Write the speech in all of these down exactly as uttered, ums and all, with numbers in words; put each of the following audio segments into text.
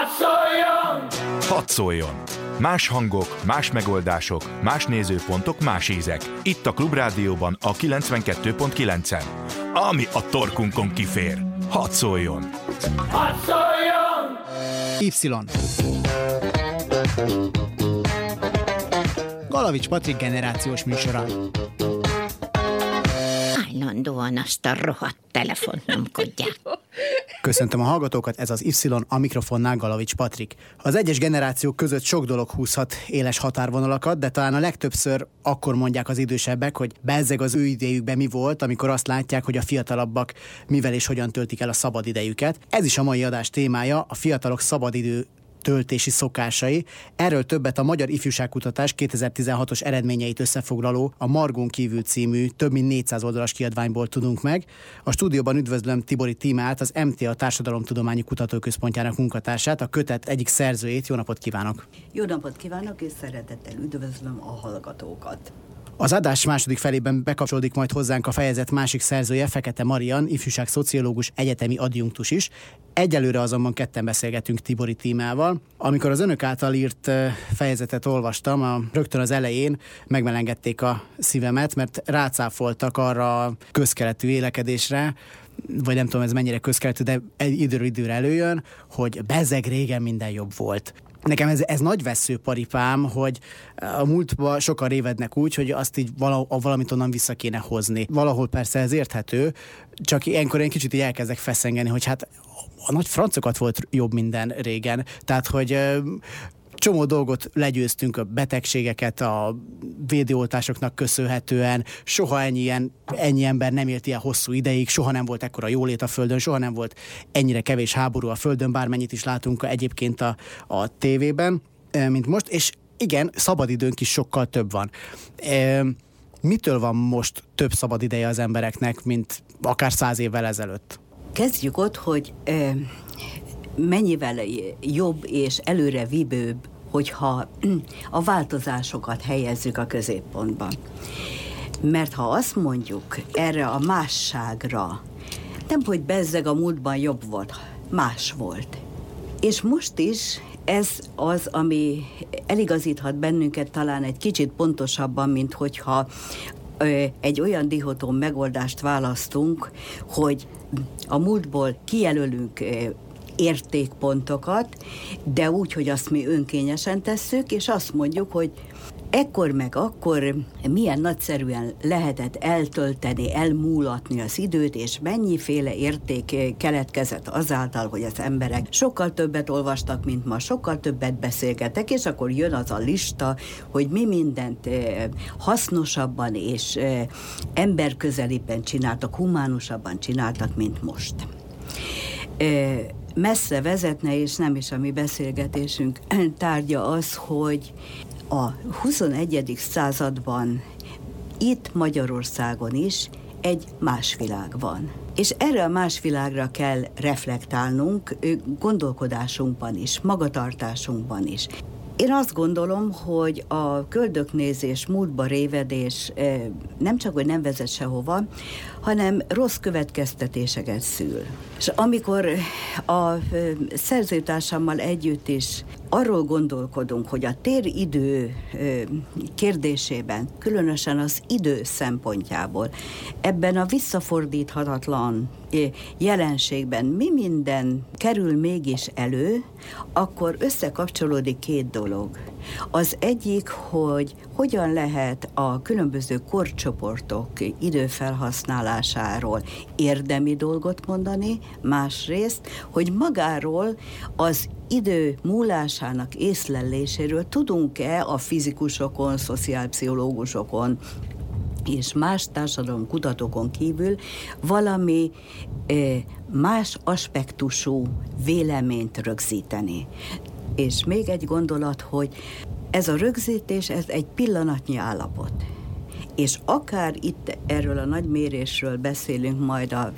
szóljon! Hadd szóljon! Más hangok, más megoldások, más nézőpontok, más ízek. Itt a Klubrádióban a kilencvenkettő pont kilencen. Ami a torkunkon kifér. Hadd szóljon! Hadd szóljon! Y. Galavics Patrik generációs műsora. Állandóan azt a rohadt telefont nyomkodják. Köszöntöm a hallgatókat, ez az Y, a mikrofonnál Galavics Patrik. Az egyes generációk között sok dolog húzhat éles határvonalakat, de talán a legtöbbször akkor mondják az idősebbek, hogy bezzeg az ő idejükben mi volt, amikor azt látják, hogy a fiatalabbak mivel és hogyan töltik el a szabadidejüket. Ez is a mai adás témája, a fiatalok szabadidő töltési szokásai. Erről többet a Magyar Ifjúságkutatás kétezer-tizenhatos eredményeit összefoglaló a Margón kívül című több mint négyszáz oldalas kiadványból tudunk meg. A stúdióban üdvözlöm Tibori Tímát, az em té á Társadalomtudományi Kutatóközpontjának munkatársát, a kötet egyik szerzőjét. Jó napot kívánok! Jó napot kívánok, és szeretettel üdvözlöm a hallgatókat! Az adás második felében bekapcsolódik majd hozzánk a fejezet másik szerzője, Fekete Marian, ifjúságszociológus, egyetemi adjunktus is. Egyelőre azonban ketten beszélgetünk Tibori Tímával. Amikor az önök által írt fejezetet olvastam, a, rögtön az elején megmelengedték a szívemet, mert rácáfoltak arra a közkeletű vélekedésre, vagy nem tudom ez mennyire közkeletű, de időről időre előjön, hogy bezzeg régen minden jobb volt. Nekem ez, ez nagy vesszőparipám, hogy a múltban sokan révednek úgy, hogy azt így vala, valamit onnan vissza kéne hozni. Valahol persze ez érthető, csak ilyenkor én kicsit így elkezdek feszengeni, hogy hát a nagy francokat volt jobb minden régen. Tehát, hogy csomó dolgot legyőztünk, a betegségeket, a védőoltásoknak köszönhetően, soha ennyi, ilyen, ennyi ember nem élt ilyen hosszú ideig, soha nem volt ekkora jólét a Földön, soha nem volt ennyire kevés háború a Földön, bármennyit is látunk egyébként a, a tévében, mint most, és igen, szabadidőnk is sokkal több van. E, mitől van most több szabadideje az embereknek, mint akár száz évvel ezelőtt? Kezdjük ott, hogy e, mennyivel jobb és előrevívőbb, hogyha a változásokat helyezzük a középpontban. Mert ha azt mondjuk erre a másságra, nem hogy bezzeg a múltban jobb volt, más volt. És most is ez az, ami eligazíthat bennünket talán egy kicsit pontosabban, mint hogyha ö, egy olyan dihotom megoldást választunk, hogy a múltból kijelölünk ö, értékpontokat, de úgy, hogy azt mi önkényesen tesszük, és azt mondjuk, hogy ekkor meg akkor milyen nagyszerűen lehetett eltölteni, elmúlatni az időt, és mennyiféle érték keletkezett azáltal, hogy az emberek sokkal többet olvastak, mint ma, sokkal többet beszélgetek, és akkor jön az a lista, hogy mi mindent hasznosabban és emberközeliben csináltak, humánusabban csináltak, mint most. Messze vezetne, és nem is a mi beszélgetésünk tárgya az, hogy a huszonegyedik században itt Magyarországon is egy más világ van. És erre a más világra kell reflektálnunk gondolkodásunkban is, magatartásunkban is. Én azt gondolom, hogy a köldöknézés, múltba révedés nem csak, hogy nem vezet sehova, hanem rossz következtetéseket szül. És amikor a szerzőtársammal együtt is arról gondolkodunk, hogy a téridő kérdésében, különösen az idő szempontjából, ebben a visszafordíthatatlan jelenségben mi minden kerül mégis elő, akkor összekapcsolódik két dolog. Az egyik, hogy hogyan lehet a különböző korcsoportok időfelhasználásáról érdemi dolgot mondani, másrészt, hogy magáról az idő múlásának észleléséről tudunk-e a fizikusokon, szociálpszichológusokon és más társadalomkutatókon kívül valami eh, más aspektusú véleményt rögzíteni. És még egy gondolat, hogy ez a rögzítés, ez egy pillanatnyi állapot. És akár itt erről a nagy mérésről beszélünk majd a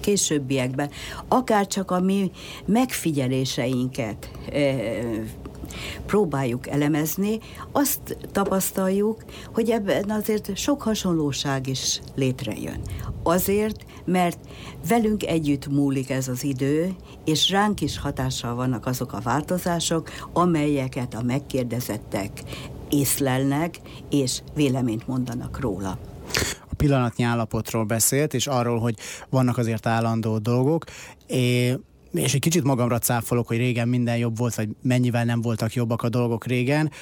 későbbiekben, akár csak a mi megfigyeléseinket e, próbáljuk elemezni, azt tapasztaljuk, hogy ebben azért sok hasonlóság is létrejön. Azért, mert velünk együtt múlik ez az idő, és ránk is hatással vannak azok a változások, amelyeket a megkérdezettek észlelnek, és véleményt mondanak róla. A pillanatnyi állapotról beszélt, és arról, hogy vannak azért állandó dolgok, és és egy kicsit magamra cáfolok, hogy régen minden jobb volt, vagy mennyivel nem voltak jobbak a dolgok régen.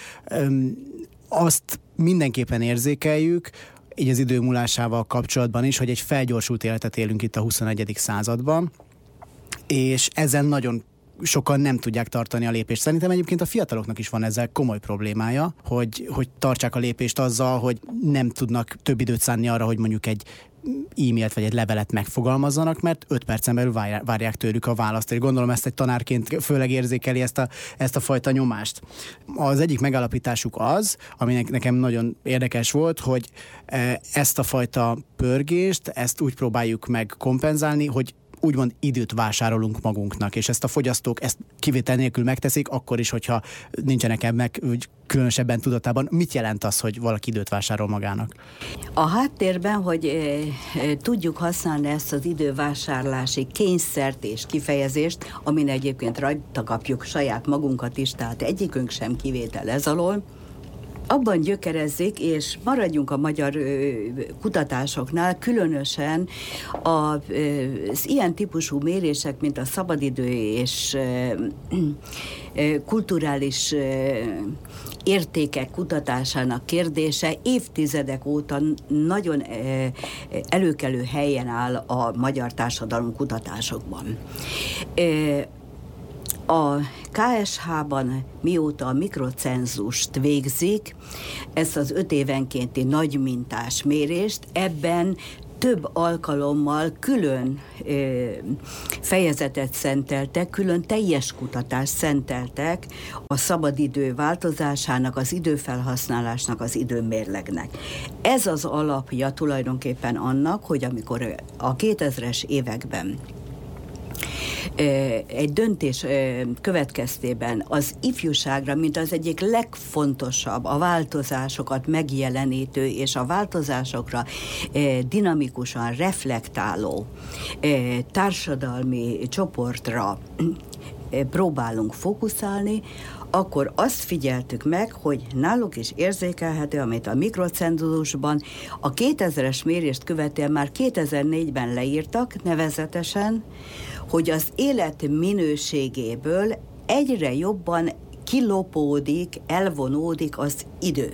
Azt mindenképpen érzékeljük, így az idő múlásával kapcsolatban is, hogy egy felgyorsult életet élünk itt a huszonegyedik században, és ezen nagyon sokan nem tudják tartani a lépést. Szerintem egyébként a fiataloknak is van ezzel komoly problémája, hogy, hogy tartsák a lépést azzal, hogy nem tudnak több időt szánni arra, hogy mondjuk egy e-mailt vagy egy levelet megfogalmazzanak, mert öt percen belül várják tőlük a választ. És gondolom ezt egy tanárként főleg érzékeli ezt a, ezt a fajta nyomást. Az egyik megállapításuk az, ami nekem nagyon érdekes volt, hogy ezt a fajta pörgést, ezt úgy próbáljuk meg kompenzálni, hogy úgymond időt vásárolunk magunknak, és ezt a fogyasztók ezt kivétel nélkül megteszik, akkor is, hogyha nincsenek ebben úgy különösebben tudatában. Mit jelent az, hogy valaki időt vásárol magának? A háttérben, hogy e, e, tudjuk használni ezt az idővásárlási kényszert és kifejezést, amin egyébként rajta kapjuk saját magunkat is, tehát egyikünk sem kivétel ez alól, abban gyökerezik, és maradjunk a magyar ö, kutatásoknál, különösen a, ö, az ilyen típusú mérések, mint a szabadidő és ö, ö, kulturális ö, értékek kutatásának kérdése évtizedek óta nagyon ö, előkelő helyen áll a magyar társadalom kutatásokban. Ö, A ká es há-ban mióta a mikrocenzust végzik, ezt az öt évenkénti nagy mintás mérést, ebben több alkalommal külön ö, fejezetet szenteltek, külön teljes kutatást szenteltek a szabadidő változásának, az időfelhasználásnak, az időmérlegnek. Ez az alapja tulajdonképpen annak, hogy amikor a kétezres években egy döntés következtében az ifjúságra, mint az egyik legfontosabb, a változásokat megjelenítő és a változásokra dinamikusan reflektáló társadalmi csoportra próbálunk fókuszálni, akkor azt figyeltük meg, hogy náluk is érzékelhető, amit a mikrocenzusban a kétezres mérést követően már kétezer-négyben leírtak, nevezetesen, hogy az élet minőségéből egyre jobban kilopódik, elvonódik az idő.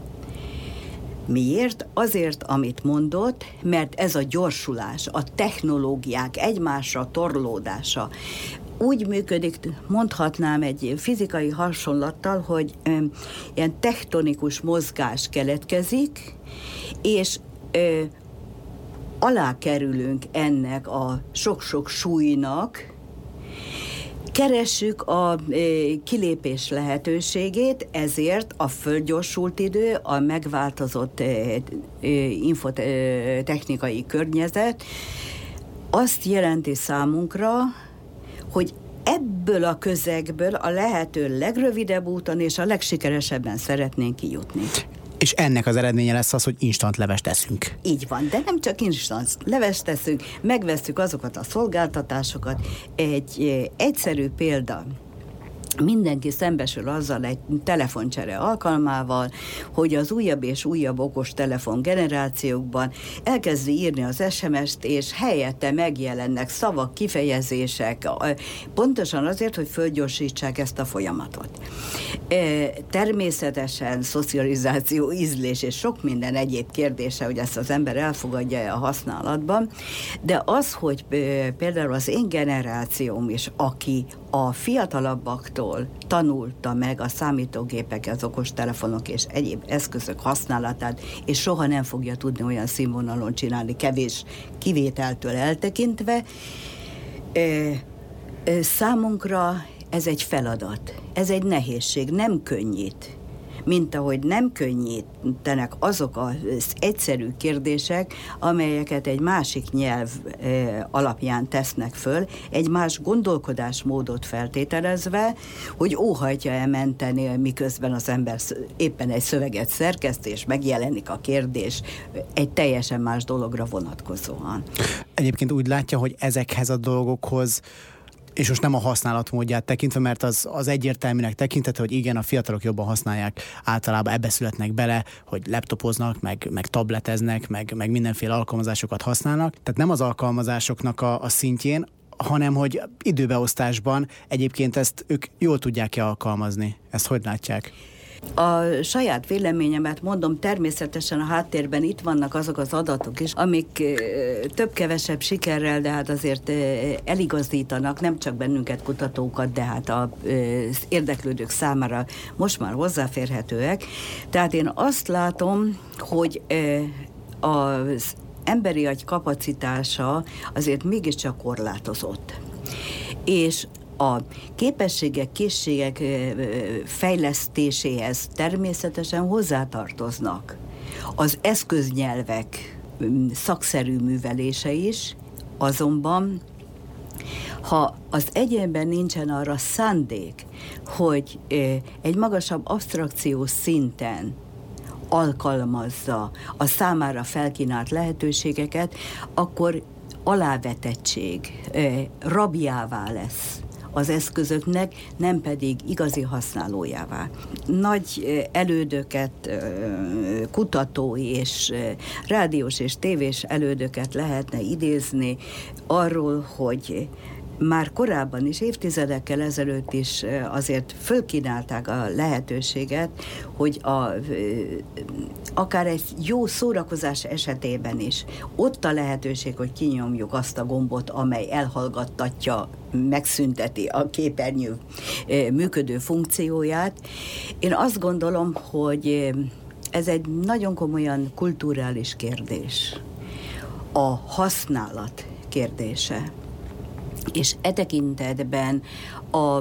Miért? Azért, amit mondott, mert ez a gyorsulás, a technológiák egymásra torlódása úgy működik, mondhatnám egy fizikai hasonlattal, hogy ö, ilyen tektonikus mozgás keletkezik, és ö, alá kerülünk ennek a sok-sok súlynak, keressük a e, kilépés lehetőségét, ezért a fölgyorsult idő, a megváltozott e, e, infotechnikai környezet azt jelenti számunkra, hogy ebből a közegből a lehető legrövidebb úton és a legsikeresebben szeretnénk kijutni. És ennek az eredménye lesz az, hogy instant levest teszünk. Így van, de nem csak instant levest teszünk, megvesszük azokat a szolgáltatásokat. Egy egyszerű példa. Mindenki szembesül azzal egy telefoncsere alkalmával, hogy az újabb és újabb okos telefon generációkban elkezdi írni az es em est, és helyette megjelennek szavak, kifejezések, pontosan azért, hogy fölgyorsítsák ezt a folyamatot. Természetesen szocializáció, ízlés és sok minden egyéb kérdése, hogy ezt az ember elfogadja a használatban, de az, hogy például az én generációm is, aki a fiatalabbaktól tanulta meg a számítógépek, az okostelefonok és egyéb eszközök használatát, és soha nem fogja tudni olyan színvonalon csinálni, kevés kivételtől eltekintve. Számunkra ez egy feladat, ez egy nehézség, nem könnyít. mint ahogy nem könnyítenek azok az egyszerű kérdések, amelyeket egy másik nyelv alapján tesznek föl, egy más gondolkodásmódot feltételezve, hogy óhajtja-e menteni, miközben az ember éppen egy szöveget szerkeszt, és megjelenik a kérdés egy teljesen más dologra vonatkozóan. Egyébként úgy látja, hogy ezekhez a dolgokhoz, és most nem a használatmódját tekintve, mert az, az egyértelműnek tekinthető, hogy igen, a fiatalok jobban használják, általában ebbe születnek bele, hogy laptopoznak, meg, meg tableteznek, meg, meg mindenféle alkalmazásokat használnak. Tehát nem az alkalmazásoknak a, a szintjén, hanem hogy időbeosztásban egyébként ezt ők jól tudják-e alkalmazni. Ezt hogy látják? A saját véleményemet mondom, természetesen a háttérben itt vannak azok az adatok is, amik több-kevesebb sikerrel, de hát azért eligazítanak nem csak bennünket, kutatókat, de hát az érdeklődők számára most már hozzáférhetőek. Tehát én azt látom, hogy az emberi agy kapacitása azért mégiscsak korlátozott. És a képességek, készségek fejlesztéséhez természetesen hozzátartoznak az eszköznyelvek szakszerű művelése is, azonban ha az egyénben nincsen arra szándék, hogy egy magasabb absztrakciós szinten alkalmazza a számára felkínált lehetőségeket, akkor alávetettség, rabjává lesz az eszközöknek, nem pedig igazi használójává. Nagy elődöket, kutatói és rádiós és tévés elődöket lehetne idézni arról, hogy már korábban is, évtizedekkel ezelőtt is azért fölkínálták a lehetőséget, hogy a, akár egy jó szórakozás esetében is ott a lehetőség, hogy kinyomjuk azt a gombot, amely elhallgattatja, megszünteti a képernyő működő funkcióját. Én azt gondolom, hogy ez egy nagyon komolyan kulturális kérdés. A használat kérdése. És e tekintetben a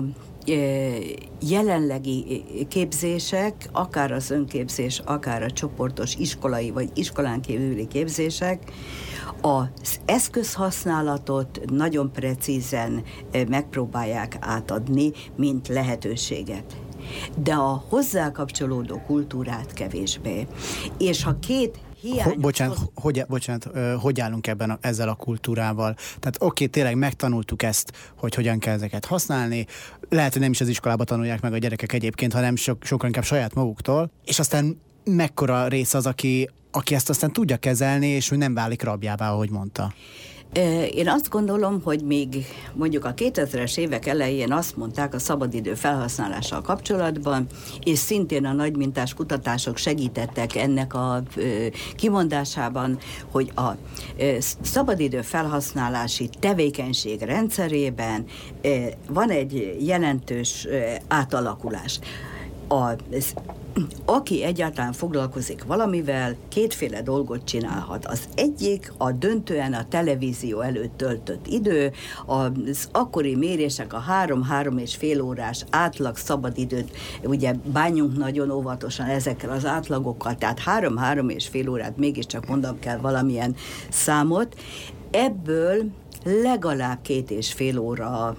jelenlegi képzések, akár az önképzés, akár a csoportos iskolai vagy iskolán kívüli képzések, az eszközhasználatot nagyon precízen megpróbálják átadni, mint lehetőséget. De a hozzá kapcsolódó kultúrát kevésbé. És ha két Ho, bocsánat, hogy, bocsánat, hogy állunk ebben a, ezzel a kultúrával? Tehát oké, okay, tényleg megtanultuk ezt, hogy hogyan kell ezeket használni. Lehet, hogy nem is az iskolába tanulják meg a gyerekek egyébként, hanem so, sokkal inkább saját maguktól. És aztán mekkora rész az, aki, aki ezt aztán tudja kezelni, és hogy nem válik rabjává, ahogy mondta? Én azt gondolom, hogy még mondjuk a kétezres évek elején azt mondták a szabadidő felhasználással kapcsolatban, és szintén a nagymintás kutatások segítettek ennek a kimondásában, hogy a szabadidő felhasználási tevékenység rendszerében van egy jelentős átalakulás. A, aki egyáltalán foglalkozik valamivel, kétféle dolgot csinálhat. Az egyik a döntően a televízió előtt töltött idő, az akkori mérések a három-három és fél órás átlag szabadidőt, ugye bánjunk nagyon óvatosan ezekkel az átlagokkal, tehát három-három és fél órát mégiscsak mondom kell valamilyen számot. Ebből legalább két és fél óra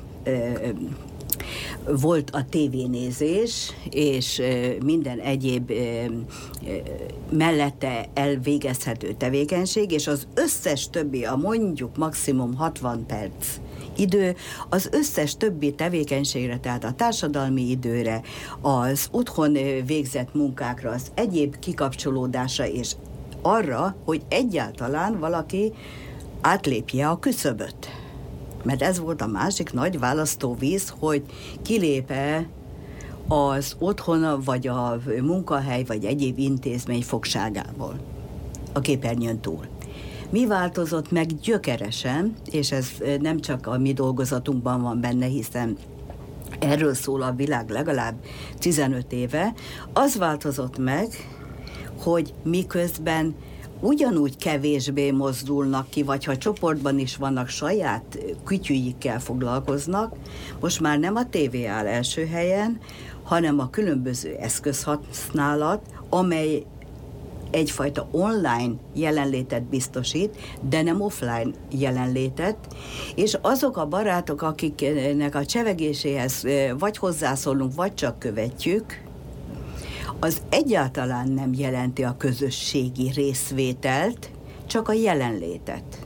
volt a tévénézés, és minden egyéb mellette elvégezhető tevékenység, és az összes többi, a mondjuk maximum hatvan perc idő, az összes többi tevékenységre, tehát a társadalmi időre, az otthon végzett munkákra, az egyéb kikapcsolódásra, és arra, hogy egyáltalán valaki átlépje a küszöböt. Mert ez volt a másik nagy választóvíz, hogy kilép-e az otthon, vagy a munkahely, vagy egyéb intézmény fogságából a képernyőn túl. Mi változott meg gyökeresen, és ez nem csak a mi dolgozatunkban van benne, hiszen erről szól a világ legalább tizenöt éve, az változott meg, hogy miközben ugyanúgy kevésbé mozdulnak ki, vagy ha csoportban is vannak, saját kütyüjükkel foglalkoznak, most már nem a tévé áll első helyen, hanem a különböző eszközhasználat, amely egyfajta online jelenlétet biztosít, de nem offline jelenlétet, és azok a barátok, akiknek a csevegéséhez vagy hozzászólunk, vagy csak követjük, az egyáltalán nem jelenti a közösségi részvételt, csak a jelenlétet.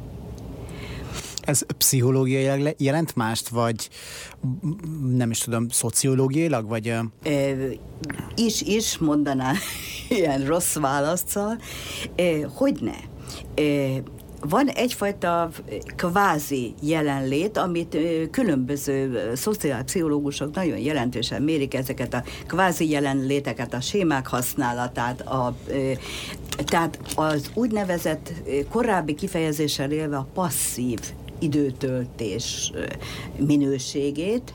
Ez pszichológiailag jelent mást, vagy nem is tudom, szociológiailag, vagy... E, is, is mondaná ilyen rossz válaszsal. E, hogyne? E, van egyfajta kvázi jelenlét, amit különböző szociálpszichológusok nagyon jelentősen mérik, ezeket a kvázi jelenléteket, a sémák használatát, a, tehát az úgynevezett korábbi kifejezéssel élve a passzív időtöltés minőségét,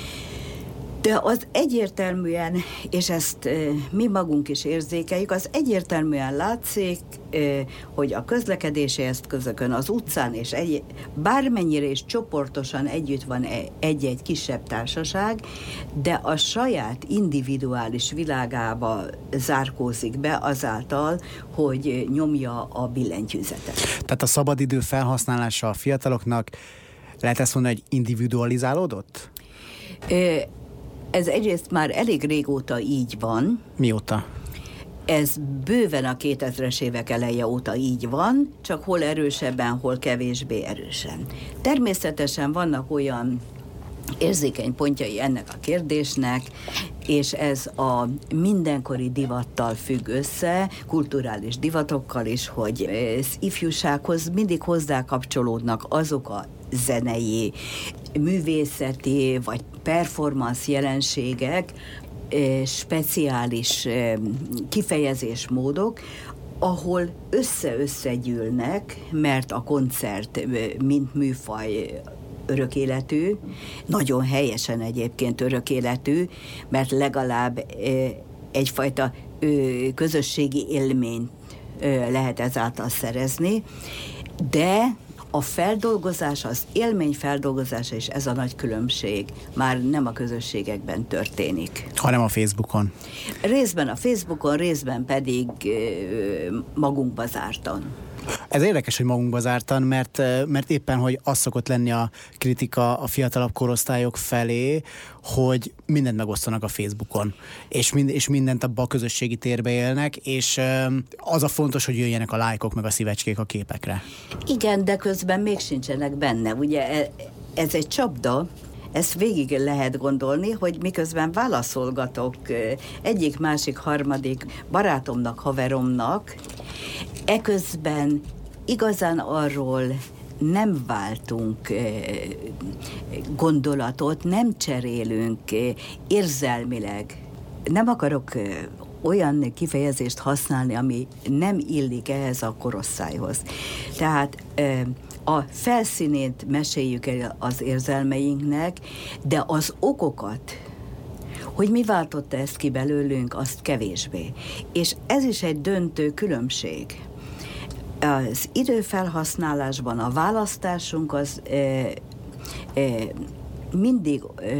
de az egyértelműen, és ezt mi magunk is érzékeljük, az egyértelműen látszik, hogy a közlekedési eszközökön, az utcán, és egy, bármennyire is csoportosan együtt van egy-egy kisebb társaság, de a saját individuális világába zárkózik be azáltal, hogy nyomja a billentyűzetet. Tehát a szabadidő felhasználása a fiataloknak, lehet ezt mondani, hogy individualizálódott? E- Ez egyrészt már elég régóta így van. Mióta? Ez bőven a kétezres évek eleje óta így van, csak hol erősebben, hol kevésbé erősen. Természetesen vannak olyan érzékeny pontjai ennek a kérdésnek, és ez a mindenkori divattal függ össze, kulturális divatokkal is, hogy az ifjúsághoz mindig hozzá kapcsolódnak azok a zenei, művészeti vagy performance jelenségek, speciális kifejezésmódok, ahol össze-összegyűlnek, mert a koncert, mint műfaj örökéletű, nagyon helyesen egyébként örökéletű, mert legalább egyfajta közösségi élményt lehet ezáltal szerezni, de a feldolgozás, az élmény feldolgozása, és ez a nagy különbség már nem a közösségekben történik. Hanem a Facebookon. Részben a Facebookon, részben pedig magunkba zártan. Ez érdekes, hogy magunkba zártan, mert, mert éppen, hogy az szokott lenni a kritika a fiatalabb korosztályok felé, hogy mindent megosztanak a Facebookon, és, mind, és mindent abba a közösségi térbe élnek, és az a fontos, hogy jöjjenek a lájkok meg a szívecskék a képekre. Igen, de közben még sincsenek benne. Ugye ez egy csapda, ezt végig lehet gondolni, hogy miközben válaszolgatok egyik, másik, harmadik barátomnak, haveromnak, eközben igazán arról nem váltunk gondolatot, nem cserélünk érzelmileg. Nem akarok olyan kifejezést használni, ami nem illik ehhez a korosztályhoz. Tehát a felszínét meséljük el az érzelmeinknek, de az okokat, hogy mi váltotta ezt ki belőlünk, azt kevésbé. És ez is egy döntő különbség. Az időfelhasználásban a választásunk az e, e, mindig e,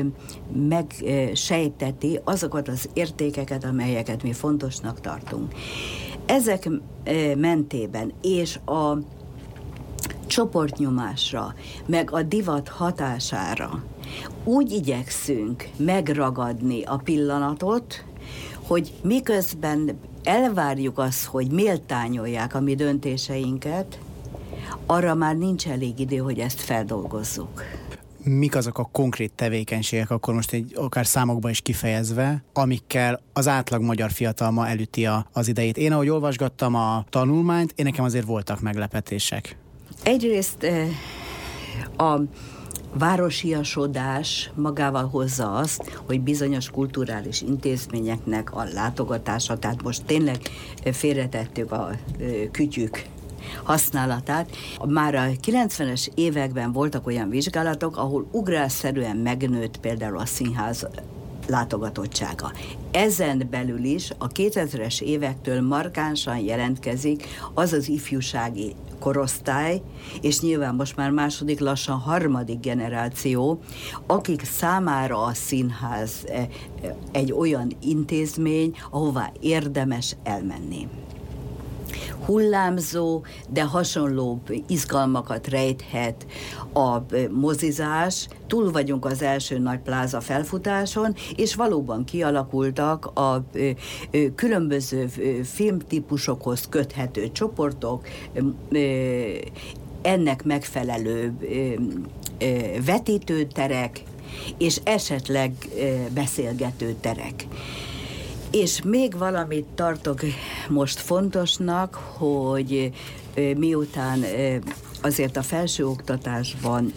megsejteti azokat az értékeket, amelyeket mi fontosnak tartunk. Ezek e, mentében és a csoportnyomásra, meg a divat hatására úgy igyekszünk megragadni a pillanatot, hogy miközben elvárjuk azt, hogy méltányolják a mi döntéseinket, arra már nincs elég idő, hogy ezt feldolgozzuk. Mik azok a konkrét tevékenységek, akkor most egy akár számokba is kifejezve, amikkel az átlag magyar fiatal ma elüti a, az idejét? Én, ahogy olvasgattam a tanulmányt, én nekem azért voltak meglepetések. Egyrészt a városiasodás magával hozza azt, hogy bizonyos kulturális intézményeknek a látogatása, tehát most tényleg félretettük a kütyük használatát. Már a kilencvenes években voltak olyan vizsgálatok, ahol ugrásszerűen megnőtt például a színház látogatottsága. Ezen belül is a kétezres évektől markánsan jelentkezik az az ifjúsági korosztály, és nyilván most már második, lassan harmadik generáció, akik számára a színház egy olyan intézmény, ahová érdemes elmenni. Hullámzó, de hasonló izgalmakat rejthet a mozizás, túl vagyunk az első nagy pláza felfutáson, és valóban kialakultak a különböző filmtípusokhoz köthető csoportok, ennek megfelelő vetítőterek, és esetleg beszélgető terek. És még valamit tartok most fontosnak, hogy miután azért a felsőoktatásban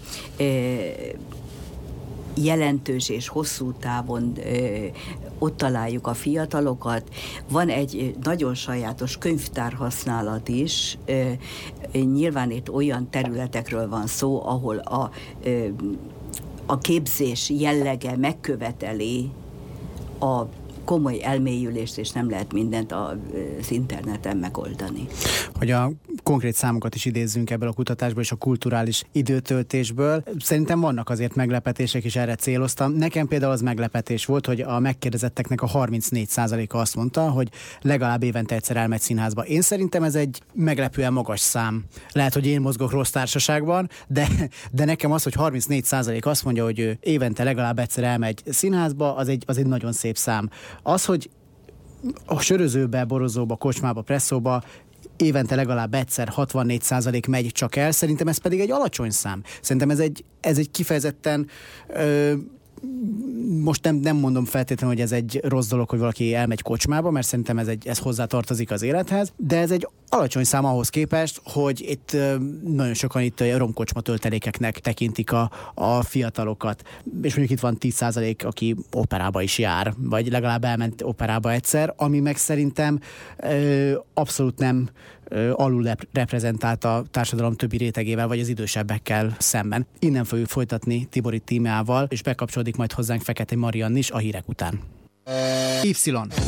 jelentős és hosszú távon ott találjuk a fiatalokat, van egy nagyon sajátos könyvtárhasználat is. Nyilván itt olyan területekről van szó, ahol a, a képzés jellege megköveteli a komoly elmélyülést, és nem lehet mindent az interneten megoldani. Hogy a konkrét számokat is idézzünk ebből a kutatásból és a kulturális időtöltésből. Szerintem vannak azért meglepetések, és erre céloztam. Nekem például az meglepetés volt, hogy a megkérdezetteknek a harmincnégy százaléka azt mondta, hogy legalább évente egyszer elmegy színházba. Én szerintem ez egy meglepően magas szám. Lehet, hogy én mozgok rossz társaságban, de, de nekem az, hogy harmincnégy százalék azt mondja, hogy ő évente legalább egyszer elmegy színházba, az egy, az egy nagyon szép szám. Az, hogy a sörözőbe, borozóba, kocsmába, presszóba évente legalább egyszer hatvannégy százalék megy csak el, szerintem ez pedig egy alacsony szám. Szerintem ez egy, ez egy kifejezetten ö, most nem, nem mondom feltétlenül, hogy ez egy rossz dolog, hogy valaki elmegy kocsmába, mert szerintem ez, egy, ez hozzá tartozik az élethez, de ez egy alacsony szám ahhoz képest, hogy itt nagyon sokan itt romkocsma töltelékeknek tekintik a, a fiatalokat. És mondjuk itt van tíz százalék, aki operába is jár, vagy legalább elment operába egyszer, ami meg szerintem ö, abszolút nem ö, alul reprezentált a társadalom többi rétegével, vagy az idősebbekkel szemben. Innen fogjuk folytatni Tibori Tímeával, és bekapcsolódik majd hozzánk Fekete Mariann is a hírek után. Y.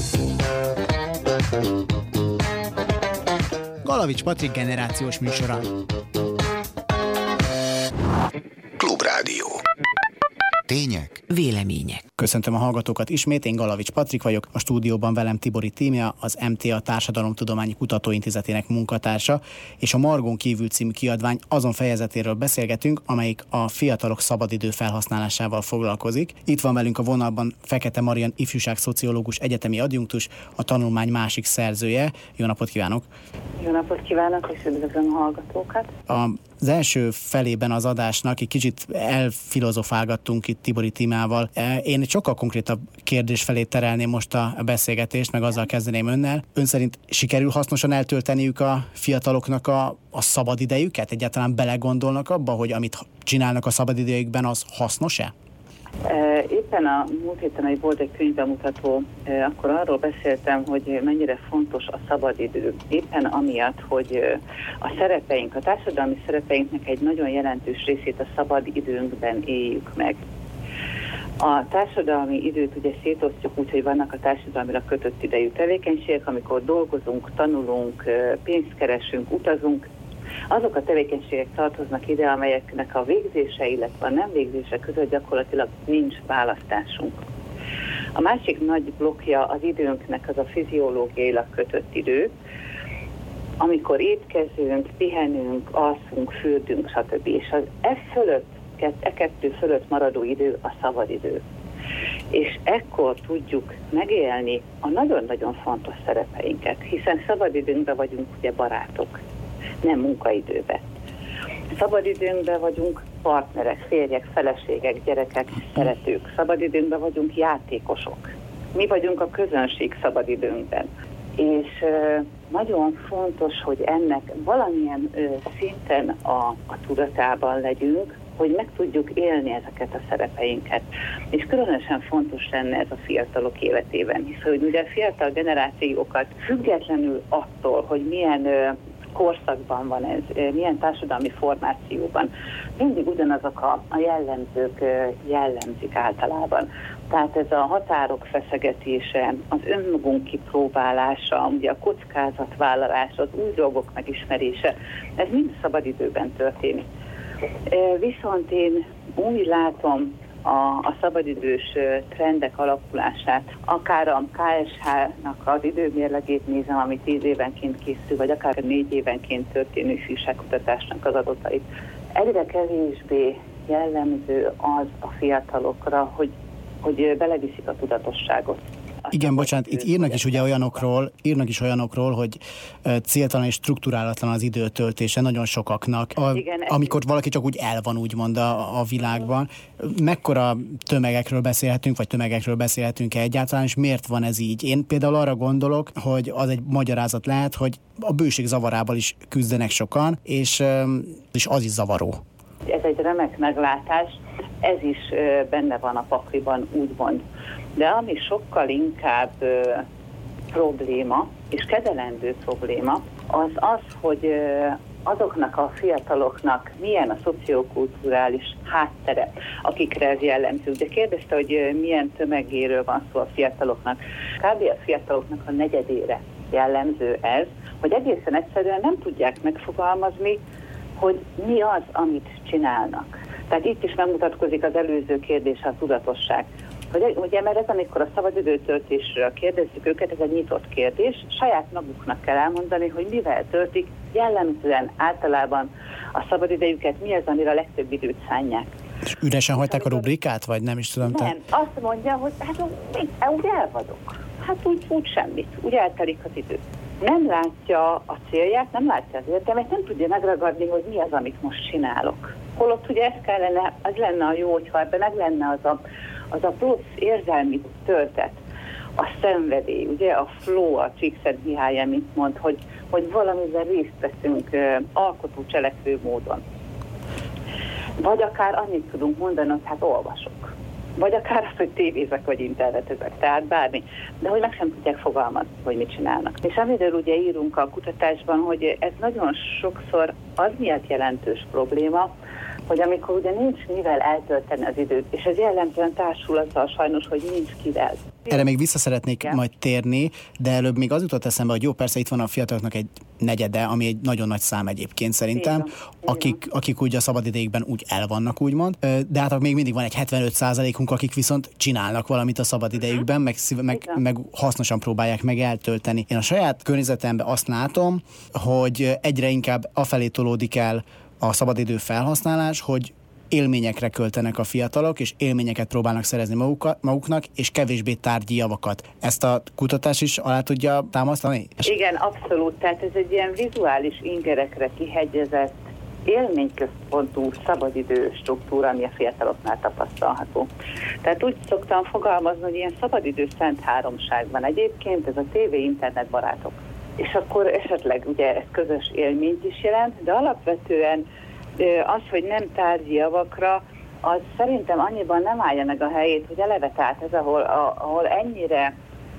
Galavics Patrik generációs műsora. Klubrádió. Tények, vélemények. Köszöntöm a hallgatókat ismét, én Galavics Patrik vagyok, a stúdióban velem Tibori Tímea, az em té á Társadalomtudományi Kutatóintézetének munkatársa, és a Margon kívül című kiadvány azon fejezetéről beszélgetünk, amelyik a fiatalok szabadidő felhasználásával foglalkozik. Itt van velünk a vonalban Fekete Mariann ifjúságszociológus, egyetemi adjunktus, a tanulmány másik szerzője. Jó napot kívánok! Jó napot kívánok, és üdvözlöm a hallgatókat! A Az első felében az adásnak egy kicsit elfilozofálgattunk itt Tibori Tímeával. Én egy sokkal konkrétabb kérdés felé terelném most a beszélgetést, meg azzal kezdeném önnel. Ön szerint sikerül hasznosan eltölteniük a fiataloknak a, a szabadidejüket? Egyáltalán belegondolnak abba, hogy amit csinálnak a szabadidejükben, az hasznos-e? Éppen a múlt héten, hogy volt egy könyvbemutató, akkor arról beszéltem, hogy mennyire fontos a szabadidő. Éppen amiatt, hogy a szerepeink, a társadalmi szerepeinknek egy nagyon jelentős részét a szabadidőnkben éljük meg. A társadalmi időt ugye szétosztjuk úgy, hogy vannak a társadalmilag kötött idejű tevékenységek, amikor dolgozunk, tanulunk, pénzt keresünk, utazunk. Azok a tevékenységek tartoznak ide, amelyeknek a végzése, illetve a nem végzése között gyakorlatilag nincs választásunk. A másik nagy blokkja az időnknek az a fiziológiailag kötött idő, amikor étkezünk, pihenünk, alszunk, fürdünk, stb. És az e fölött, e kettő fölött maradó idő a szabadidő. És ekkor tudjuk megélni a nagyon-nagyon fontos szerepeinket, hiszen szabadidőnkben vagyunk ugye barátok, nem munkaidőben. Szabadidőnkben vagyunk partnerek, férjek, feleségek, gyerekek, szeretők. Szabadidőnkben vagyunk játékosok. Mi vagyunk a közönség szabadidőnkben. És uh, nagyon fontos, hogy ennek valamilyen uh, szinten a, a tudatában legyünk, hogy meg tudjuk élni ezeket a szerepeinket. És különösen fontos lenne ez a fiatalok életében, hiszen ugye a fiatal generációkat függetlenül attól, hogy milyen uh, korszakban van ez, milyen társadalmi formációban. Mindig ugyanazok a, a jellemzők jellemzik általában. Tehát ez a határok feszegetése, az önmagunk kipróbálása, ugye a kockázatvállalás, az új dolgok megismerése, ez mind szabadidőben történik. Viszont én úgy látom a, a szabadidős trendek alakulását, akár a ká es há-nak az időmérlegét nézem, ami tíz évenként készül, vagy akár négy évenként történő ifjúságkutatásnak az adatait. Egyre kevésbé jellemző az a fiatalokra, hogy, hogy beleviszik a tudatosságot. Igen, bocsánat, itt írnak is ugye olyanokról, írnak is olyanokról, hogy céltalan és strukturálatlan az időtöltése nagyon sokaknak. A, Igen, amikor valaki csak úgy el van, úgymond a, a világban. Mekkora tömegekről beszélhetünk, vagy tömegekről beszélhetünk-e egyáltalán, és miért van ez így? Én például arra gondolok, hogy az egy magyarázat lehet, hogy a bőség zavarával is küzdenek sokan, és, és az is zavaró. Ez egy remek meglátás, ez is benne van a pakliban, úgymond. De ami sokkal inkább ö, probléma, és kezelendő probléma, az az, hogy ö, azoknak a fiataloknak milyen a szociokulturális háttere, akikre ez jellemző. De kérdezte, hogy ö, milyen tömegéről van szó a fiataloknak. Kb. A fiataloknak a negyedére jellemző ez, hogy egészen egyszerűen nem tudják megfogalmazni, hogy mi az, amit csinálnak. Tehát itt is megmutatkozik az előző kérdés, a tudatosság. Hogy, ugye, mert ez, amikor a szabadidőtöltésről kérdezzük őket, ez egy nyitott kérdés, saját maguknak kell elmondani, hogy mivel töltik, jellemzően általában a szabadidejüket, mi az, amire a legtöbb időt szánják. És üresen hagyták a rubrikát, vagy nem is tudom? Nem, te... azt mondja, hogy hát úgy el vagyok, hát úgy, úgy semmit, úgy eltelik az idő. Nem látja a célját, nem látja az értelmet, nem tudja megragadni, hogy mi az, amit most csinálok. Holott ugye ez kellene, az lenne a jó, hogyha ebben meg lenne az a, az a plusz érzelmi töltet, a szenvedély, ugye a flow, a Csíkszent Mihály, mint mond, hogy, hogy valamivel részt veszünk uh, alkotó cselekvő módon. Vagy akár annyit tudunk mondani, hogy hát olvasok. Vagy akár az, hogy tévézek, vagy internetezek, tehát bármi. De hogy meg sem tudják fogalmazni, hogy mit csinálnak. És amiről ugye írunk a kutatásban, hogy ez nagyon sokszor az miatt jelentős probléma, hogy amikor ugye nincs mivel eltölteni az időt, és ez jellemzően társul azzal sajnos, hogy nincs kivel. Erre még vissza szeretnék ja. majd térni, de előbb még az jutott eszembe, hogy jó, persze itt van a fiataloknak egy negyede, ami egy nagyon nagy szám egyébként szerintem, Igen. akik, akik ugye a szabadidejükben úgy el vannak, úgymond, de hát még mindig van egy hetvenöt százalékunk, akik viszont csinálnak valamit a szabadidejükben, meg, meg, meg hasznosan próbálják meg eltölteni. Én a saját környezetemben azt látom, hogy egyre inkább afelé tolódik el a szabadidő felhasználás, hogy élményekre költenek a fiatalok, és élményeket próbálnak szerezni magukat, maguknak, és kevésbé tárgyi javakat. Ezt a kutatás is alá tudja támasztani? Igen, abszolút. Tehát ez egy ilyen vizuális ingerekre kihegyezett, élményközpontú szabadidő struktúra, ami a fiataloknál tapasztalható. Tehát úgy szoktam fogalmazni, hogy ilyen szabadidő szent háromság van. Egyébként ez a tévé, internet, barátok. És akkor esetleg ugye ez közös élményt is jelent, de alapvetően az, hogy nem tárgyi javakra, az szerintem annyiban nem állja meg a helyét, hogy eleve tehát ez, ahol, ahol ennyire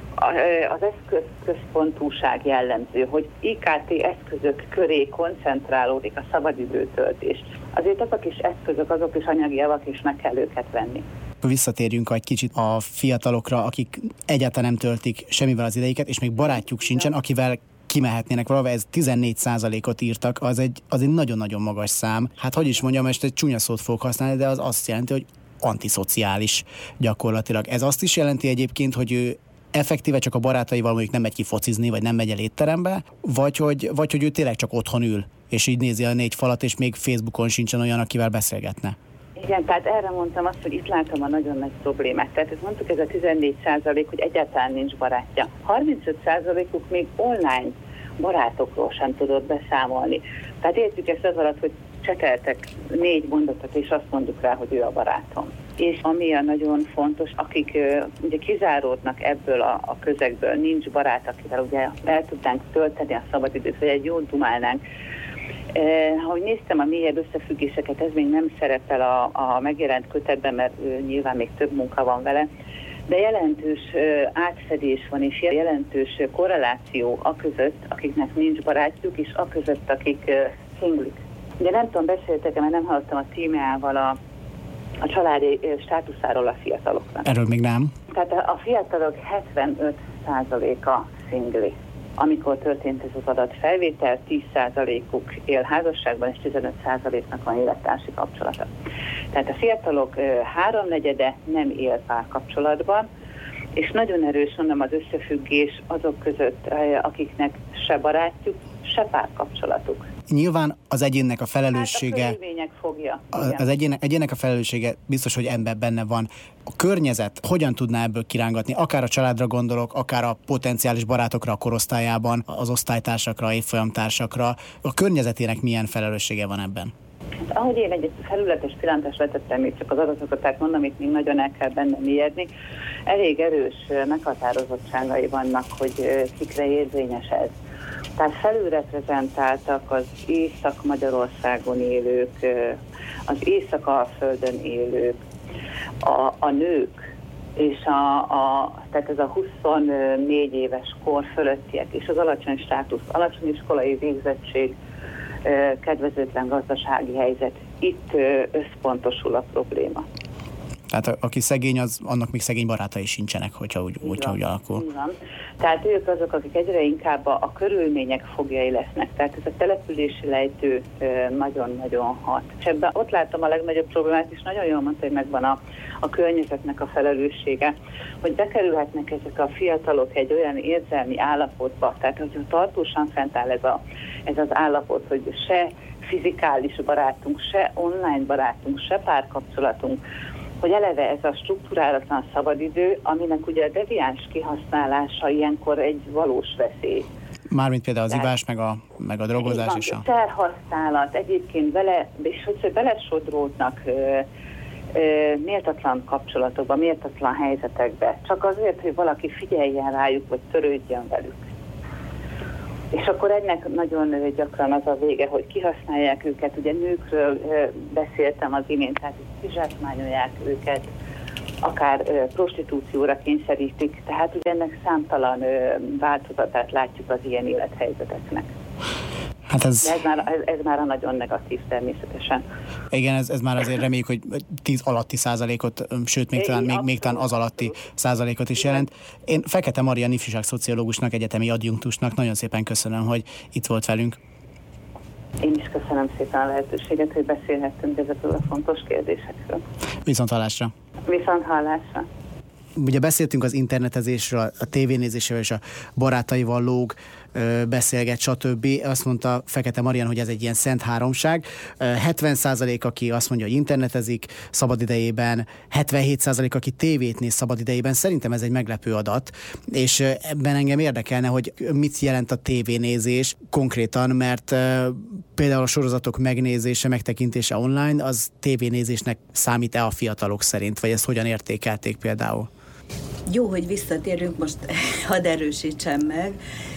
az eszközközpontúság jellemző, hogy i ká té eszközök köré koncentrálódik a szabadidőtöltés. Azért azok is eszközök, azok is anyagi javak, és meg kell őket venni. Visszatérjünk egy kicsit a fiatalokra, akik egyáltalán nem töltik semmivel az idejüket, és még barátjuk sincsen, akivel kimehetnének valahol, ez tizennégy százalékot írtak, az egy, az egy nagyon-nagyon magas szám. Hát hogy is mondjam, most egy csúnya szót fogok használni, de az azt jelenti, hogy antiszociális gyakorlatilag. Ez azt is jelenti egyébként, hogy ő effektíve csak a barátaival mondjuk nem megy ki focizni, vagy nem megy el étterembe, vagy hogy, vagy hogy ő tényleg csak otthon ül, és így nézi a négy falat, és még Facebookon sincsen olyan, akivel beszélgetne. Igen, tehát erre mondtam azt, hogy itt látom a nagyon nagy problémát. Tehát ezt mondtuk, ez a tizennégy százalék, hogy egyáltalán nincs barátja. harmincöt százalékuk még online barátokról sem tudott beszámolni. Tehát értjük ezt az alatt, hogy cseteltek négy mondatot, és azt mondjuk rá, hogy ő a barátom. És ami a nagyon fontos, akik uh, ugye kizáródnak ebből a, a közegből, nincs barát, akivel ugye el tudnánk tölteni a szabadidőt, vagy egy jót dumálnánk. Eh, ahogy néztem a mélyebb összefüggéseket, ez még nem szerepel a, a megjelent kötetben, mert uh, nyilván még több munka van vele, de jelentős átfedés van, és jelentős korreláció a között, akiknek nincs barátjuk, és a között, akik szinglik. Ugye nem tudom, beszéltek, mert nem hallottam a témával a, a családi státuszáról a fiataloknak. Erről még nem. Tehát a fiatalok hetvenöt százaléka szingli. Amikor történt ez az adatfelvétel, tíz százalékuk él házasságban, és tizenöt százaléknak van élettársi kapcsolata. Tehát a fiatalok háromnegyede nem él párkapcsolatban, és nagyon erős, mondom, az összefüggés azok között, akiknek se barátjuk, se párkapcsolatuk. Nyilván az egyénnek a felelőssége, hát a körülmények fogja. Az egyének, egyének a felelőssége biztos, hogy ember benne van. A környezet hogyan tudná ebből kirángatni? Akár a családra gondolok, akár a potenciális barátokra a korosztályában, az osztálytársakra, évfolyamtársakra. A környezetének milyen felelőssége van ebben? Hát, ahogy én egy felületes pillantást vetettem, még csak az adatokat, tehát mondom, itt még nagyon el kell benne mélyedni, elég erős meghatározottságai vannak, hogy kikre érvényes ez. Tehát felülreprezentáltak az Észak-Magyarországon élők, az Észak-Alföldön élők, a, a nők, és a, a, tehát ez a huszonnégy éves kor fölöttiek, és az alacsony státusz, alacsony iskolai végzettség, kedvezőtlen gazdasági helyzet. Itt összpontosul a probléma. Tehát aki szegény, az, annak még szegény barátai sincsenek, hogyha úgy, hogyha úgy alakul. Igen. Tehát ők azok, akik egyre inkább a, a körülmények fogjai lesznek. Tehát ez a települési lejtő nagyon-nagyon hat. És ebben ott láttam a legnagyobb problémát, és nagyon jól mondta, hogy megvan a, a környezetnek a felelőssége, hogy bekerülhetnek ezek a fiatalok egy olyan érzelmi állapotba, tehát az tartósan fent áll ez, a, ez az állapot, hogy se fizikális barátunk, se online barátunk, se párkapcsolatunk, hogy eleve ez a strukturálatlan szabadidő, aminek ugye a deviáns kihasználása ilyenkor egy valós veszély. Mármint például az ivás, meg a, meg a drogozás is. A terhasználat, egyébként vele, és hogy belesodródnak ö, ö, méltatlan kapcsolatokba, méltatlan helyzetekbe, csak azért, hogy valaki figyeljen rájuk, vagy törődjön velük. És akkor ennek nagyon gyakran az a vége, hogy kihasználják őket, ugye nőkről beszéltem az imént, tehát kizsákmányolják őket, akár prostitúcióra kényszerítik, tehát ugye ennek számtalan változatát látjuk az ilyen élethelyzeteknek. Hát ez... De ez már, ez, ez már a nagyon negatív természetesen. Igen, ez, ez már azért reméljük, hogy tíz alatti százalékot, sőt, még, talán, még, még talán az alatti százalékot is jelent. Én Fekete Marian ifjúság szociológusnak, egyetemi adjunktusnak nagyon szépen köszönöm, hogy itt volt velünk. Én is köszönöm szépen a lehetőséget, hogy beszélhettünk ezekről a fontos kérdésekről. Viszont hallásra. Viszont hallásra. Ugye beszéltünk az internetezésről, a tévénézésről és a barátaival lóg, beszélget, stb. Azt mondta Fekete Marian, hogy ez egy ilyen szent háromság. hetven százalék, aki azt mondja, hogy internetezik szabadidejében, hetvenhét százalék, aki tévét néz szabadidejében. Szerintem ez egy meglepő adat, és ebben engem érdekelne, hogy mit jelent a tévénézés konkrétan, mert például a sorozatok megnézése, megtekintése online, az tévénézésnek számít-e a fiatalok szerint, vagy ezt hogyan értékelték például? Jó, hogy visszatérünk, most hadd erősítsem meg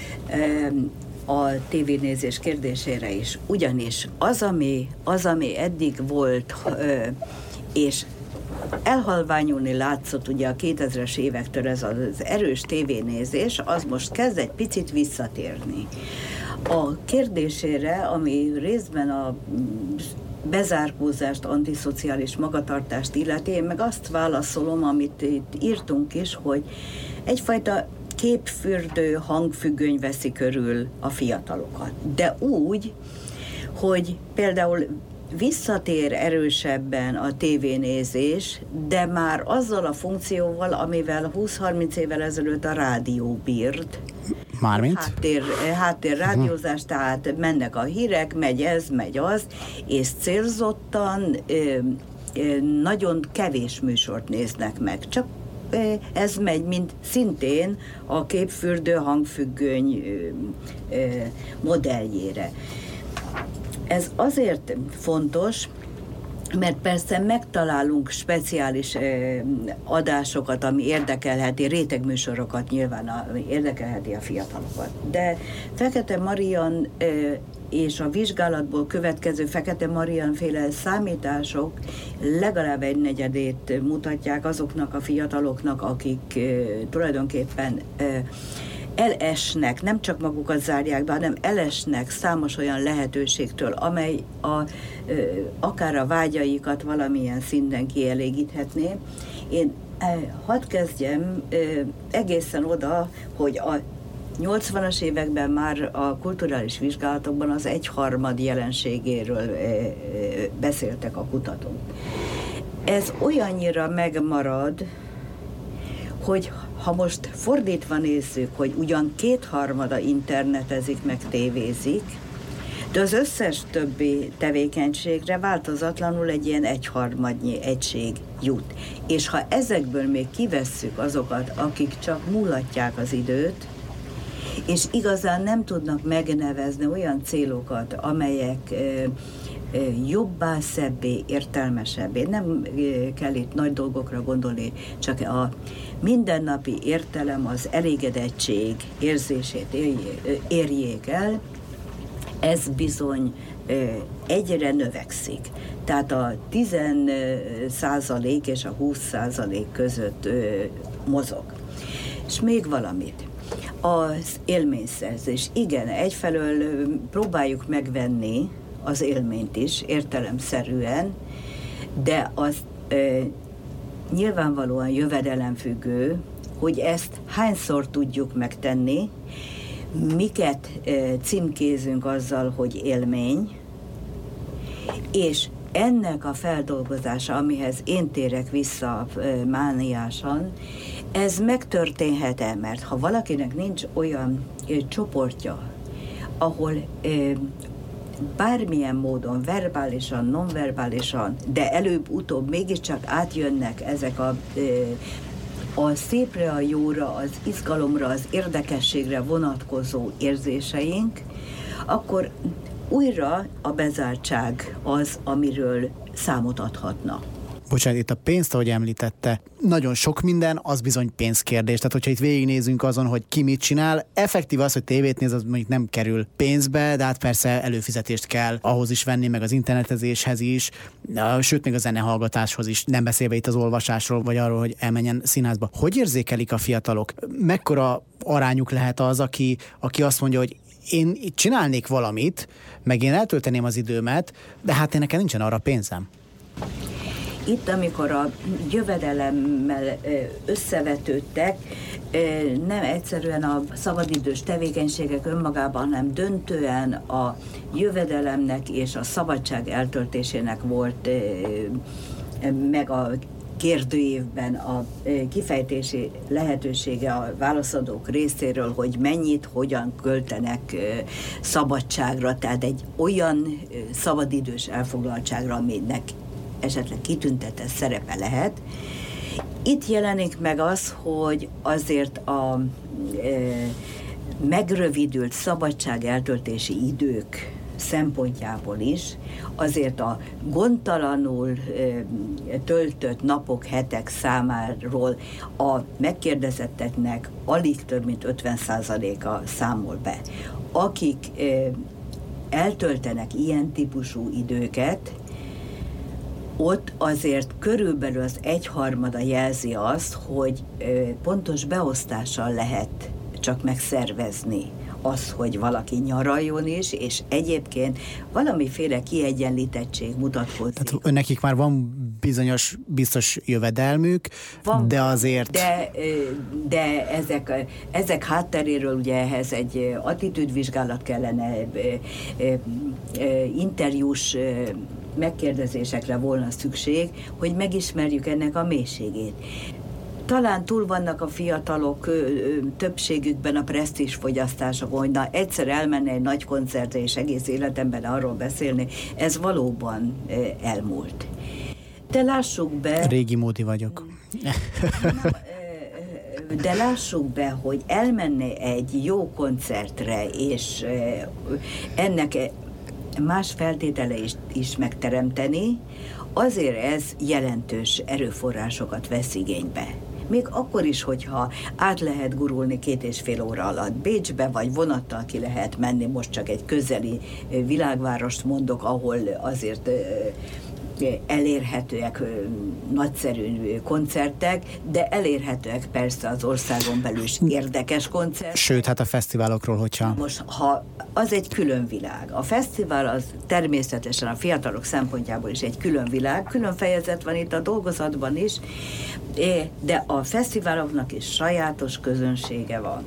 a tévénézés kérdésére is. Ugyanis az, ami, az, ami eddig volt, és elhalványulni látszott ugye a kétezres évektől ez az erős tévénézés, az most kezd egy picit visszatérni. A kérdésére, ami részben a bezárkózást, antiszociális magatartást illeti, én meg azt válaszolom, amit itt írtunk is, hogy egyfajta képfürdő hangfüggöny veszi körül a fiatalokat. De úgy, hogy például visszatér erősebben a tévénézés, de már azzal a funkcióval, amivel húsz-harminc évvel ezelőtt a rádió bírt. Mármint? Háttér, háttér rádiózás, tehát mennek a hírek, megy ez, megy az, és célzottan ö, ö, nagyon kevés műsort néznek meg. Csak ö, ez megy, mint szintén a képfürdő hangfüggöny ö, ö, modelljére. Ez azért fontos, mert persze megtalálunk speciális eh, adásokat, ami érdekelheti, rétegműsorokat nyilván, ami érdekelheti a fiatalokat. De Fekete Marian eh, és a vizsgálatból következő Fekete Marian féle számítások legalább egy negyedét mutatják azoknak a fiataloknak, akik eh, tulajdonképpen eh, elesnek, nem csak magukat zárják be, hanem elesnek számos olyan lehetőségtől, amely a, ö, akár a vágyaikat valamilyen szinten kielégíthetné. Én hadd kezdjem ö, egészen oda, hogy a nyolcvanas években már a kulturális vizsgálatokban az egyharmad jelenségéről ö, ö, beszéltek a kutatók. Ez olyannyira megmarad, hogy ha most fordítva nézzük, hogy ugyan kétharmada internetezik, meg tévézik, de az összes többi tevékenységre változatlanul egy ilyen egyharmadnyi egység jut. És ha ezekből még kivesszük azokat, akik csak múlatják az időt, és igazán nem tudnak megnevezni olyan célokat, amelyek jobbá, szebbé, értelmesebbé. Nem kell itt nagy dolgokra gondolni, csak a mindennapi értelem, az elégedettség érzését érjék el, ez bizony egyre növekszik. Tehát a tíz százalék és a húsz százalék között mozog. És még valamit. Az élményszerzés. Igen, egyfelől próbáljuk megvenni az élményt is, értelemszerűen, de az e, nyilvánvalóan jövedelemfüggő, hogy ezt hányszor tudjuk megtenni, miket e, címkézünk azzal, hogy élmény, és ennek a feldolgozása, amihez én térek vissza e, mániásan, ez megtörténhet-e, mert ha valakinek nincs olyan e, csoportja, ahol e, bármilyen módon, verbálisan, nonverbálisan, de előbb-utóbb mégiscsak átjönnek ezek a, a szépre, a jóra, az izgalomra, az érdekességre vonatkozó érzéseink, akkor újra a bezártság az, amiről számot adhatna. Bocsánat, itt a pénzt, ahogy említette, nagyon sok minden, az bizony pénzkérdés. Tehát, hogyha itt végignézünk azon, hogy ki mit csinál, effektív az, hogy tévét néz, az mondjuk nem kerül pénzbe, de hát persze előfizetést kell ahhoz is venni, meg az internetezéshez is, sőt, még a zenehallgatáshoz is, nem beszélve itt az olvasásról, vagy arról, hogy elmenjen színházba. Hogy érzékelik a fiatalok? Mekkora arányuk lehet az, aki, aki azt mondja, hogy én itt csinálnék valamit, meg én eltölteném az időmet, de hát én nekem nincsen arra pénzem. Itt, amikor a jövedelemmel összevetődtek, nem egyszerűen a szabadidős tevékenységek önmagában, hanem döntően a jövedelemnek és a szabadság eltöltésének volt meg a kérdőívben a kifejtési lehetősége a válaszadók részéről, hogy mennyit, hogyan költenek szabadságra, tehát egy olyan szabadidős elfoglaltságra, aminek esetleg kitüntetett szerepe lehet. Itt jelenik meg az, hogy azért a e, megrövidült szabadság eltöltési idők szempontjából is azért a gondtalanul e, töltött napok, hetek számáról a megkérdezetteknek alig több mint ötven százaléka számol be. Akik e, eltöltenek ilyen típusú időket, ott azért körülbelül az egyharmada jelzi azt, hogy pontos beosztással lehet csak megszervezni az, hogy valaki nyaraljon is, és egyébként valamiféle kiegyenlítettség mutatkozik. Tehát nekik már van bizonyos biztos jövedelmük, van, de azért... De, de ezek, ezek hátteréről ugye ehhez egy attitűdvizsgálat kellene, interjús megkérdezésekre volna szükség, hogy megismerjük ennek a mélységét. Talán túl vannak a fiatalok ö, ö, többségükben a presztízsfogyasztásokon, hogy na, egyszer elmenni egy nagy koncertre, és egész életemben arról beszélni, ez valóban ö, elmúlt. De lássuk be... Régi módi vagyok. Nem, ö, de lássuk be, hogy elmenni egy jó koncertre, és ö, ennek más feltétele is, is megteremteni, azért ez jelentős erőforrásokat vesz igénybe. Még akkor is, hogyha át lehet gurulni két és fél óra alatt Bécsbe, vagy vonattal ki lehet menni, most csak egy közeli világvárost mondok, ahol azért elérhetőek nagyszerű koncertek, de elérhetőek persze az országon belül is érdekes koncertek. Sőt, hát a fesztiválokról, hogyha... Most, ha az egy külön világ. A fesztivál az természetesen a fiatalok szempontjából is egy külön világ, külön fejezet van itt a dolgozatban is, de a fesztiváloknak is sajátos közönsége van.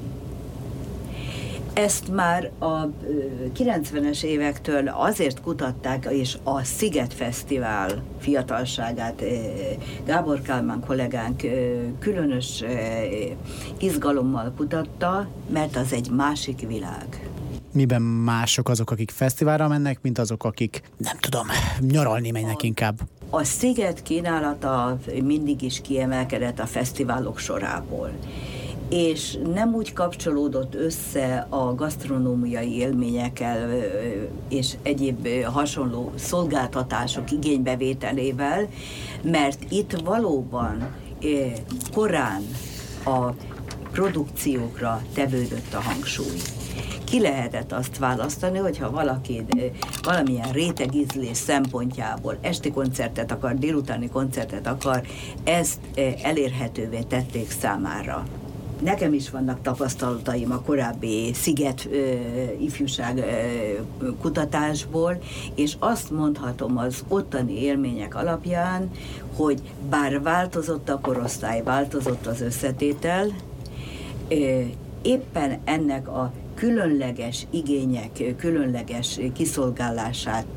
Ezt már a kilencvenes évektől azért kutatták, és a Sziget Fesztivál fiatalságát Gábor Kálmán kollégánk különös izgalommal kutatta, mert az egy másik világ. Miben mások azok, akik fesztiválra mennek, mint azok, akik, nem tudom, nyaralni mennek inkább? A Sziget kínálata mindig is kiemelkedett a fesztiválok sorából, és nem úgy kapcsolódott össze a gasztronómiai élményekkel és egyéb hasonló szolgáltatások igénybevételével, mert itt valóban korán a produkciókra tevődött a hangsúly. Ki lehetett azt választani, hogyha valaki valamilyen rétegízlés szempontjából esti koncertet akar, délutáni koncertet akar, ezt elérhetővé tették számára. Nekem is vannak tapasztalataim a korábbi Sziget ö, ifjúság ö, kutatásból, és azt mondhatom az ottani élmények alapján, hogy bár változott a korosztály, változott az összetétel, ö, éppen ennek a különleges igények, különleges kiszolgálását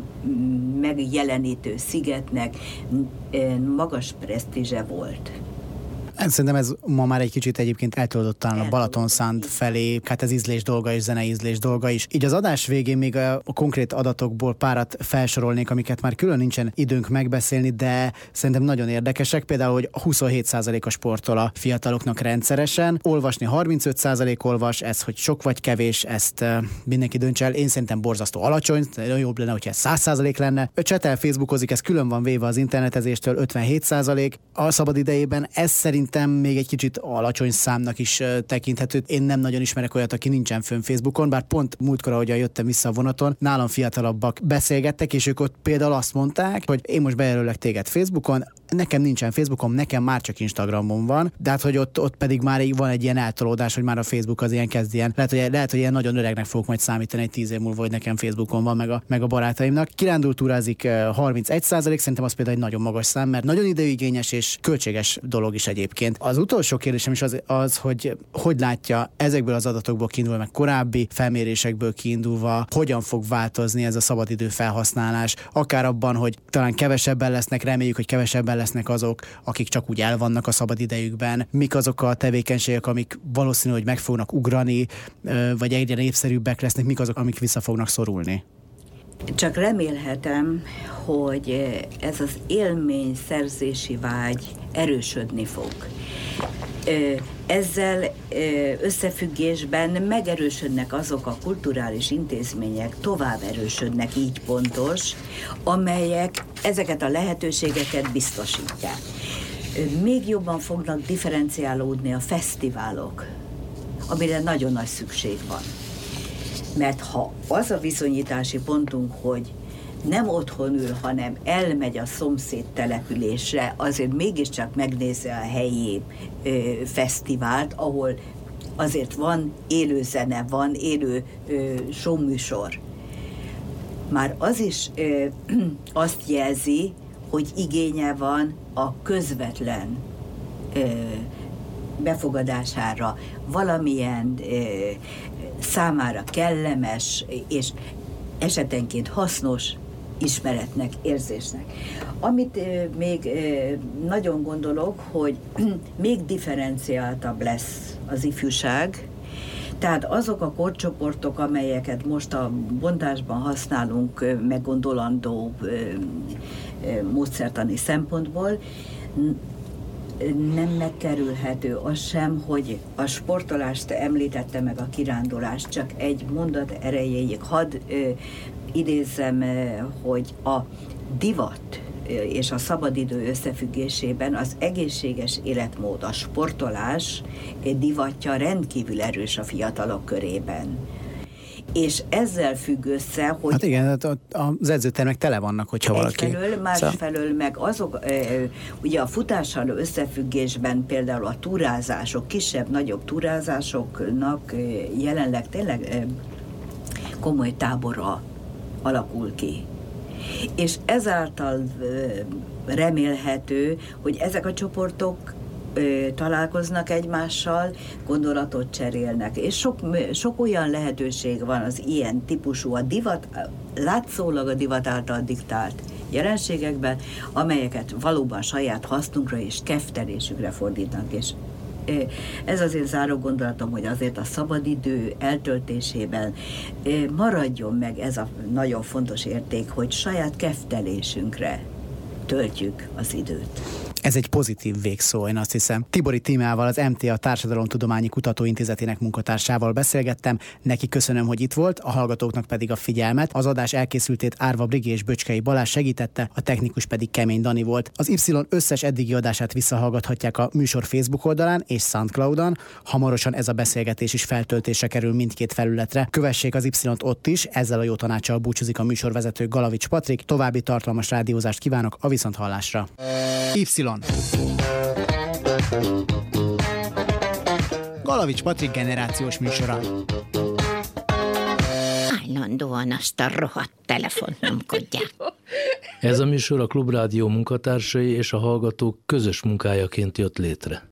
megjelenítő Szigetnek magas presztízse volt. Szerintem ez ma már egy kicsit egyébként eltolódott talán a Balatonszánt felé, hát ez ízlés dolga és zeneízlés dolga is. Így az adás végén még a, a konkrét adatokból párat felsorolnék, amiket már külön nincsen időnk megbeszélni, de szerintem nagyon érdekesek. Például, hogy huszonhét százalék sportol a fiataloknak rendszeresen, olvasni harmincöt százalék olvas, ez, hogy sok vagy kevés, ezt uh, mindenki döntse el. Én szerintem borzasztó alacsony, nagyon jobb lenne, hogyha ez száz százalék lenne. Csetel, Facebookozik, ez külön van véve az internetezéstől, ötvenhét százalék. A szabad idejében ez szerint még egy kicsit alacsony számnak is uh, tekinthető. Én nem nagyon ismerek olyat, aki nincsen fönn Facebookon, bár pont múltkor, ahogyan jöttem vissza a vonaton, nálam fiatalabbak beszélgettek, és ők ott például azt mondták, hogy én most bejelölek téged Facebookon, nekem nincsen Facebookom, nekem már csak Instagramon van, de hát, hogy ott, ott pedig már van egy ilyen eltolódás, hogy már a Facebook az ilyen kezd ilyen, lehet, hogy, lehet, hogy ilyen nagyon öregnek fogok majd számítani egy tíz év múlva, hogy nekem Facebookon van, meg a, meg a barátaimnak. Kirándul túrázik harmincegy százalék, szerintem az például egy nagyon magas szám, mert nagyon időigényes és költséges dolog is egyébként. Az utolsó kérdésem is az, az hogy hogy látja ezekből az adatokból kiindulva, meg korábbi felmérésekből kiindulva, hogyan fog változni ez a szabadidő felhasználás, akár abban, hogy talán kevesebben lesznek, reméljük, hogy kevesebben lesznek azok, akik csak úgy el vannak a szabadidejükben, mik azok a tevékenységek, amik valószínű, hogy meg fognak ugrani, vagy egyre népszerűbbek lesznek, mik azok, amik vissza fognak szorulni. Csak remélhetem, hogy ez az élményszerzési vágy erősödni fog. Ezzel összefüggésben megerősödnek azok a kulturális intézmények, tovább erősödnek, így pontos, amelyek ezeket a lehetőségeket biztosítják. Még jobban fognak differenciálódni a fesztiválok, amire nagyon nagy szükség van. Mert ha az a viszonyítási pontunk, hogy nem otthon ül, hanem elmegy a szomszéd településre, azért mégiscsak megnézze a helyi ö, fesztivált, ahol azért van élő zene, van élő ö, showműsor. Már az is ö, azt jelzi, hogy igénye van a közvetlen ö, befogadására, valamilyen ö, számára kellemes és esetenként hasznos ismeretnek, érzésnek. Amit euh, még euh, nagyon gondolok, hogy még differenciáltabb lesz az ifjúság, tehát azok a korcsoportok, amelyeket most a bontásban használunk euh, meggondolandó euh, euh, módszertani szempontból, nem megkerülhető az sem, hogy a sportolást említette meg a kirándulást, csak egy mondat erejéig. Hadd ö, idézzem, ö, hogy a divat és a szabadidő összefüggésében az egészséges életmód, a sportolás divatja rendkívül erős a fiatalok körében. És ezzel függ össze, hogy... Hát igen, az edzőtermek tele vannak, hogyha valaki... Egyfelől, másfelől meg azok, ugye a futással összefüggésben például a túrázások, kisebb-nagyobb túrázásoknak jelenleg tényleg komoly tábora alakul ki. És ezáltal remélhető, hogy ezek a csoportok találkoznak egymással, gondolatot cserélnek, és sok, sok olyan lehetőség van az ilyen típusú, a divat, látszólag a divat által diktált jelenségekben, amelyeket valóban saját hasznunkra és keftelésükre fordítanak, és ez azért záró gondolatom, hogy azért a szabadidő eltöltésében maradjon meg ez a nagyon fontos érték, hogy saját keftelésünkre töltjük az időt. Ez egy pozitív végszó, én azt hiszem. Tibori Tímával, az em té á Társadalomtudományi Kutatóintézetének munkatársával beszélgettem. Neki köszönöm, hogy itt volt, a hallgatóknak pedig a figyelmet. Az adás elkészültét Árva Brigi és Böcskei Balázs segítette, a technikus pedig Kemény Dani volt. Az Y összes eddigi adását visszahallgathatják a műsor Facebook oldalán és SoundCloudon. Hamarosan ez a beszélgetés is feltöltésre kerül mindkét felületre. Kövessék az Y-t ott is, ezzel a jó tanáccsal búcsúzik a műsorvezető Galavics Patrik. További tartalmas rádiózást kívánok, a viszonthallásra. Y. Galavics Patrik generációs műsora. Állandóan azt a rohadt telefont nyomkodják. Ez a műsor a Klubrádió munkatársai és a hallgatók közös munkájaként jött létre.